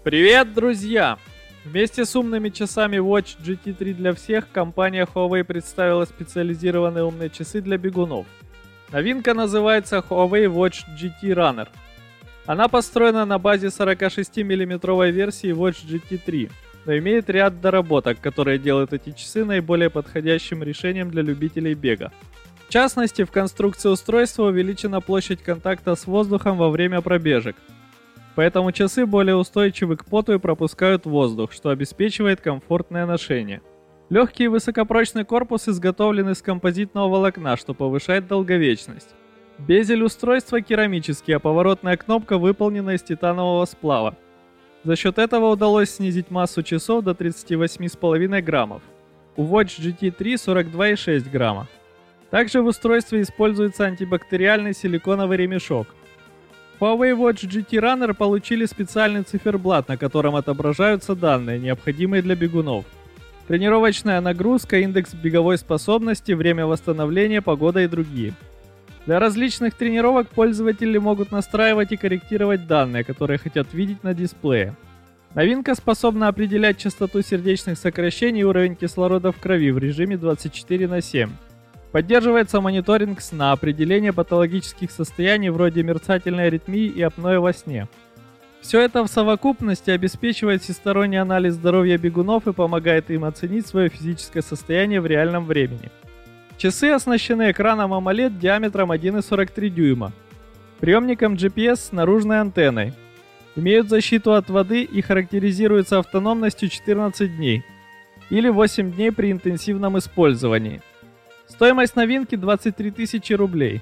Привет, друзья! Вместе с умными часами Watch GT3 для всех компания Huawei представила специализированные умные часы для бегунов. Новинка называется Huawei Watch GT Runner. Она построена на базе 46-мм версии Watch GT3, но имеет ряд доработок, которые делают эти часы наиболее подходящим решением для любителей бега. В частности, в конструкции устройства увеличена площадь контакта с воздухом во время пробежек. Поэтому часы более устойчивы к поту и пропускают воздух, что обеспечивает комфортное ношение. Легкий и высокопрочный корпус изготовлен из композитного волокна, что повышает долговечность. Безель устройства керамический, а поворотная кнопка выполнена из титанового сплава. За счет этого удалось снизить массу часов до 38,5 граммов. У Watch GT3 42,6 грамма. Также в устройстве используется антибактериальный силиконовый ремешок. Huawei Watch GT Runner получили специальный циферблат, на котором отображаются данные, необходимые для бегунов. Тренировочная нагрузка, индекс беговой способности, время восстановления, погода и другие. Для различных тренировок пользователи могут настраивать и корректировать данные, которые хотят видеть на дисплее. Новинка способна определять частоту сердечных сокращений и уровень кислорода в крови в режиме 24/7. Поддерживается мониторинг сна, определение патологических состояний вроде мерцательной аритмии и апноэ во сне. Все это в совокупности обеспечивает всесторонний анализ здоровья бегунов и помогает им оценить свое физическое состояние в реальном времени. Часы оснащены экраном AMOLED диаметром 1,43 дюйма, приемником GPS с наружной антенной, имеют защиту от воды и характеризуются автономностью 14 дней или 8 дней при интенсивном использовании. Стоимость новинки 23 тысячи рублей.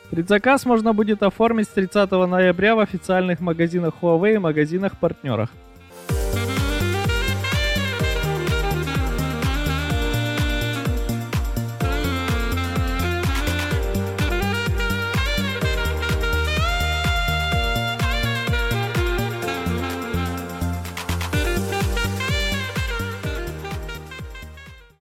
Предзаказ можно будет оформить с 30 ноября в официальных магазинах Huawei и магазинах-партнерах.